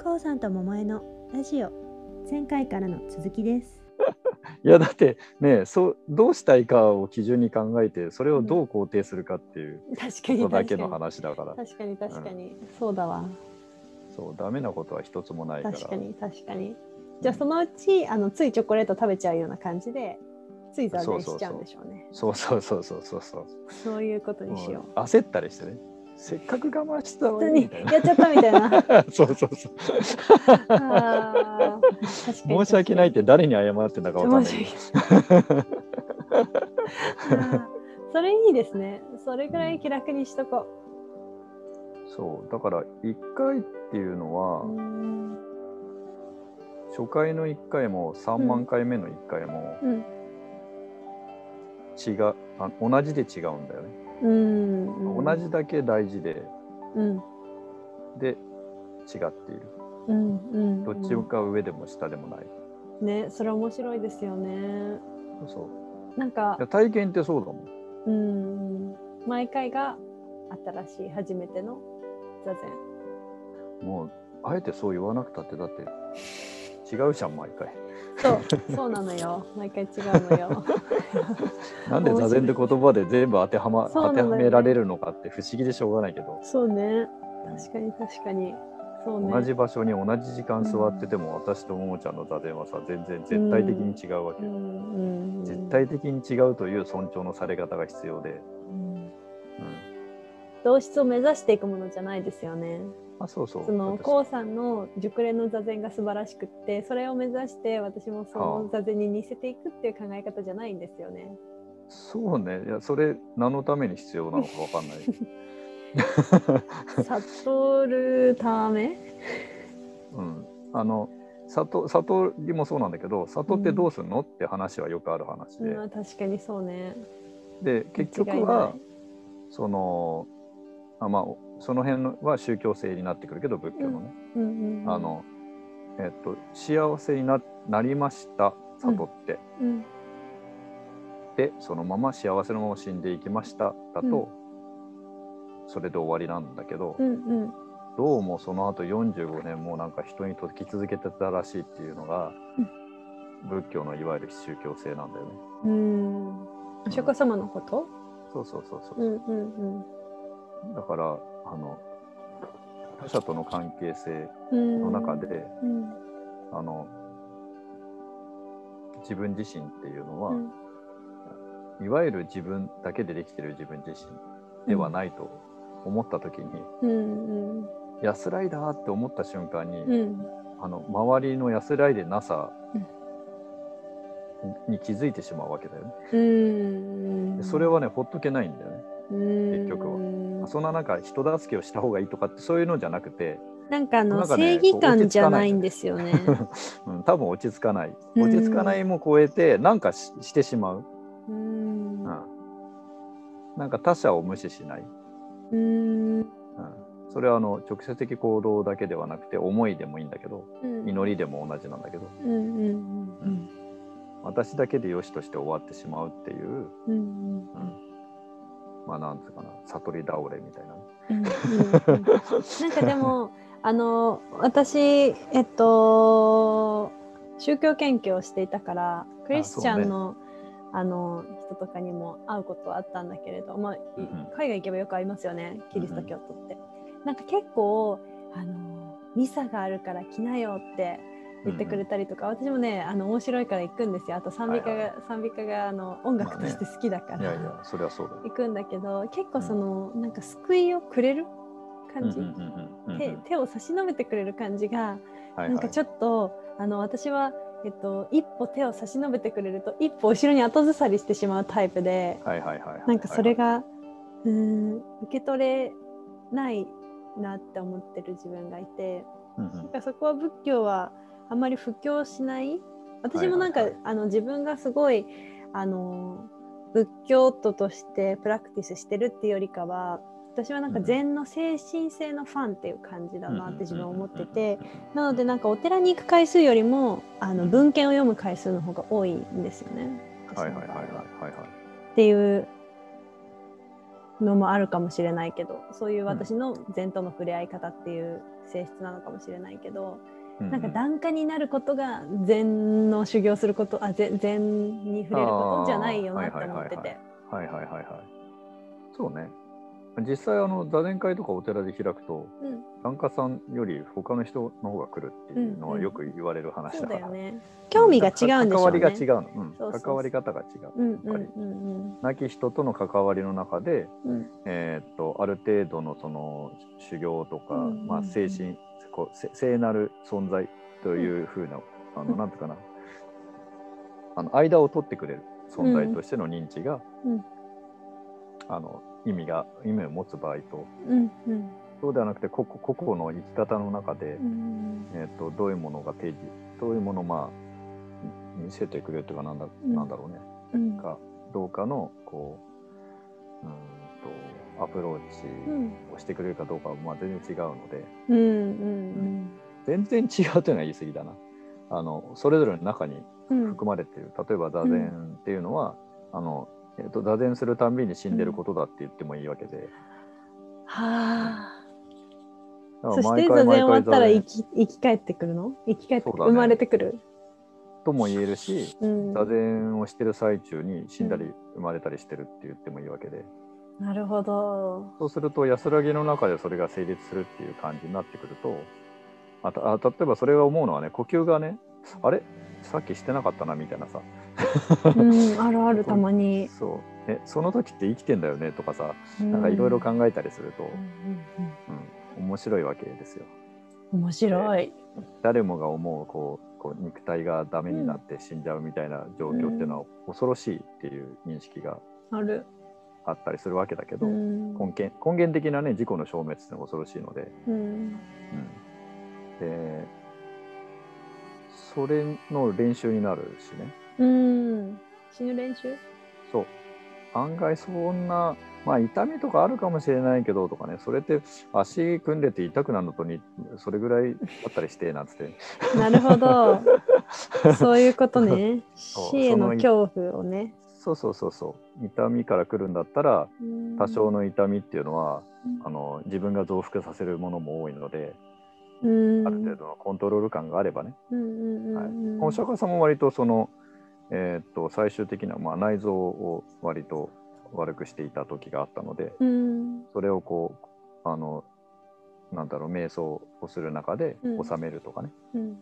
こうさんと桃江のラジオ、前回からの続きです。 いやだってね、どうしたいかを基準に考えてそれをどう肯定するかっていうことだけの話だから、 確かに、そうだわ。 そうダメなことは一つもないから。 確かに。じゃあそのうちついチョコレート食べちゃうような感じでつい座禅しちゃうんでしょうね。 そうそういうことにしよう。 焦ったりしてね、せっかく我慢したのにみたいなやっちゃったみたいなそう申し訳ないって誰に謝ってんだか分かんないそれいいですね。それぐらい気楽にしとこう。そうだから1回っていうのは初回の1回も3万回目の1回も同じで違うんだよね。同じだけ大事で、で違っている。どっちか上でも下でもない。 ね、それ面白いですよね。 そうなんか体験ってそうだもん。毎回が新しい初めての座禅。 もうあえてそう言わなくたってだって違うじゃん毎回。 そうなのよ。毎回違うのよ。 なんで座禅って言葉で全部当てはめられるのかって不思議でしょうがないけど。 そうね。確かに。そうね。 同じ場所に同じ時間座ってても、私とももちゃんの座禅はさ全然絶対的に違うわけ。絶対的に違うという尊重のされ方が必要で、 同質を目指していくものじゃないですよね。 そのこうさんの熟練の座禅が素晴らしくって、それを目指して私もその座禅に似せていくっていう考え方じゃないんですよね。 そうね。いやそれ何のために必要なのか分かんない悟るため悟りもそうなんだけど、悟ってどうするのって話はよくある話で、 確かにそうね。 で結局はその辺のは宗教性になってくるけど、仏教のね、幸せに なりました悟って、でそのまま幸せのまま死んでいきましただと、それで終わりなんだけど、どうもその後45年もなんか人に説き続けてたらしいっていうのが、仏教のいわゆる宗教性なんだよね。 お釈迦様のこと？ そう。だから他者との関係性の中で、自分自身っていうのは、いわゆる自分だけでできてる自分自身ではないと思った時に、安らいだって思った瞬間に、周りの安らいでなさに気づいてしまうわけだよね。それはねほっとけないんだよね。結局はそんななんか人助けをした方がいいとかってそういうのじゃなくて、 なんか正義感じゃないんですよね。 多分落ち着かないも超えてなんかしてしまう。なんか他者を無視しない。それは直接的行動だけではなくて思いでもいいんだけど、祈りでも同じなんだけど、私だけでよしとして終わってしまうっていう、なんつうかな、悟り倒れみたいな。 なんかでも私宗教研究をしていたからクリスチャンの人とかにも会うことはあったんだけれど、海外行けばよく会いますよね、キリスト教徒って。なんか結構ミサがあるから来なよって言ってくれたりとか、私もね面白いから行くんですよ。あと賛美歌が音楽として好きだから、 それはそうだよ。 行くんだけど、結構なんか救いをくれる感じ、手を差し伸べてくれる感じが、なんかちょっと私は一歩手を差し伸べてくれると一歩後ろに後ずさりしてしまうタイプで、なんかそれが受け取れないなって思ってる自分がいて、なんかそこは仏教はあんまり布教しない。私もなんか自分がすごい仏教徒としてプラクティスしてるっていうよりかは、私はなんか禅の精神性のファンっていう感じだなって自分は思ってて、なのでなんかお寺に行く回数よりも文献を読む回数の方が多いんですよね。っていうのもあるかもしれないけど、そういう私の禅との触れ合い方っていう性質なのかもしれないけど、なんか檀家になることが禅の修行すること、禅に触れることじゃないよなって思ってて。 はいはいはいはい。そうね。実際座禅会とかお寺で開くと、檀家さんより他の人の方が来るっていうのはよく言われる話だから。 そうだよね。興味が違うんでしょうね。 関わりが違うの。関わり方が違う。亡き人との関わりの中で、ある程度のその修行とか、まあ精神聖なる存在というふうな、なんていうかな、間を取ってくれる存在としての認知が、意味を持つ場合と、そうではなくて個々の生き方の中で、どういうものがどういうものを見せてくれるというかなんだろうね、かどうかのこうアプローチをしてくれるかどうかは全然違うので、全然違うというのは言い過ぎだな。それぞれの中に含まれている、例えば座禅っていうのは、座禅するたんびに死んでることだって言ってもいいわけで、 そして座禅終わったら生き返ってくるの？生き返ってくる、生まれてくるとも言えるし、座禅をしてる最中に死んだり生まれたりしてるって言ってもいいわけで、 なるほど。 そうすると安らぎの中でそれが成立するっていう感じになってくると、例えばそれが思うのはね、呼吸がね、あれさっきしてなかったなみたいなさ、 あるある、たまに。 その時って生きてんだよねとかさ、なんかいろいろ考えたりすると、面白いわけですよ。 面白い。 誰もが思うこう肉体がダメになって死んじゃうみたいな状況っていうのは恐ろしいっていう認識があったりするわけだけど、根源的なね自己の消滅っていうのは恐ろしいので、でそれの練習になるしね。 死ぬ練習？ そう。案外そんな、痛みとかあるかもしれないけどとかね、それって足組んでて痛くなるのとにそれぐらいあったりしてなんつって。 なるほど。そういうことね。死への恐怖をね。 そう痛みから来るんだったら多少の痛みっていうのは自分が増幅させるものも多いので、ある程度のコントロール感があればね。お釈迦様も割とその最終的な内臓を割と悪くしていた時があったので、それをこうなんだろう、瞑想をする中で収めるとかね、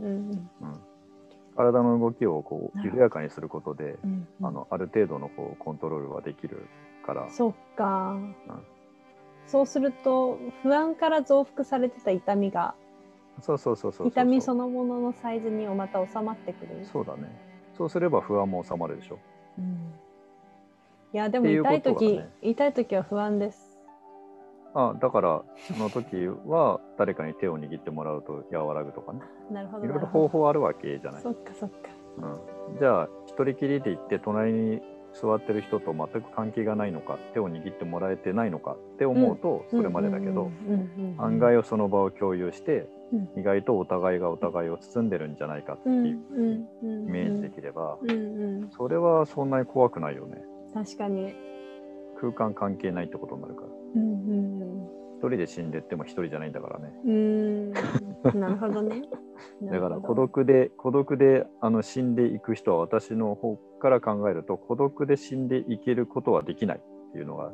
体の動きをこう緩やかにすることで、ある程度のこうコントロールはできるから。 そっか、そうすると不安から増幅されてた痛みが、痛みそのもののサイズにまた収まってくる。 そうだね。そうすれば不安も収まるでしょ。 いやでも痛い時は不安です。 だからその時は誰かに手を握ってもらうと和らぐとかね。 なるほど。 いろいろ方法あるわけじゃない。 そっか。 じゃあ一人きりで行って隣に座ってる人と全く関係がないのか、手を握ってもらえてないのかって思うとそれまでだけど、案外その場を共有して、意外とお互いがお互いを包んでるんじゃないかっていうイメージできれば、それはそんなに怖くないよね。 確かに。 空間関係ないってことになるから。一人で死んでっても一人じゃないんだからね。 なるほどね。 だから孤独で死んでいく人は、私の方から考えると孤独で死んでいけることはできないっていうのが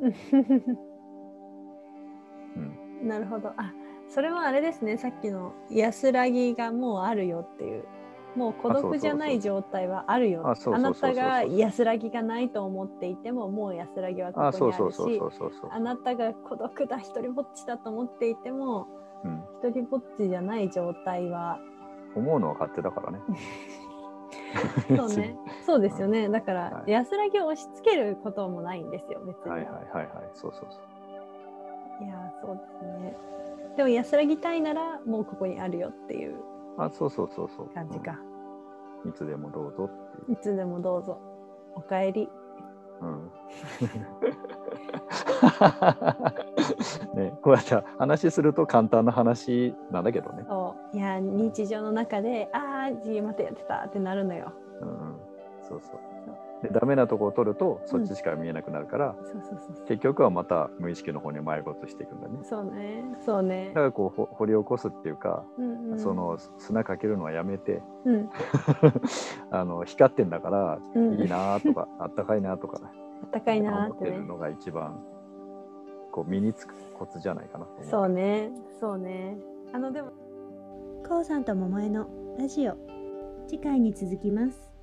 なるほど。それはあれですね、さっきの安らぎがもうあるよっていう、もう孤独じゃない状態はあるよ。あなたが安らぎがないと思っていてももう安らぎはここにあるし、あなたが孤独だ、一人ぼっちだと思っていても、一人ぼっちじゃない状態は、 思うのは勝手だからね。 そうね、そうですよね。だから、安らぎを押し付けることもないんですよ、別に。 そう。 いや、そうですね。でも安らぎたいならもうここにあるよっていう感じか。 いつでもどうぞっていう。 いつでもどうぞ。おかえり。 ね、こうやって話すると簡単な話なんだけどね。 いや、日常の中でまたやってたってなるのよ。 でダメなとこを取るとそっちしか見えなくなるから、結局はまた無意識の方に埋没していくんだね。 そうね、そうね。 だからこう掘り起こすっていうか、その砂かけるのはやめて、光ってんだからいいなとか、あったかいなとか、 あったかいなって思ってるのが一番こう身につくコツじゃないかなと思う。 そうね、そうね。でもこうさんと桃江のラジオ、次回に続きます。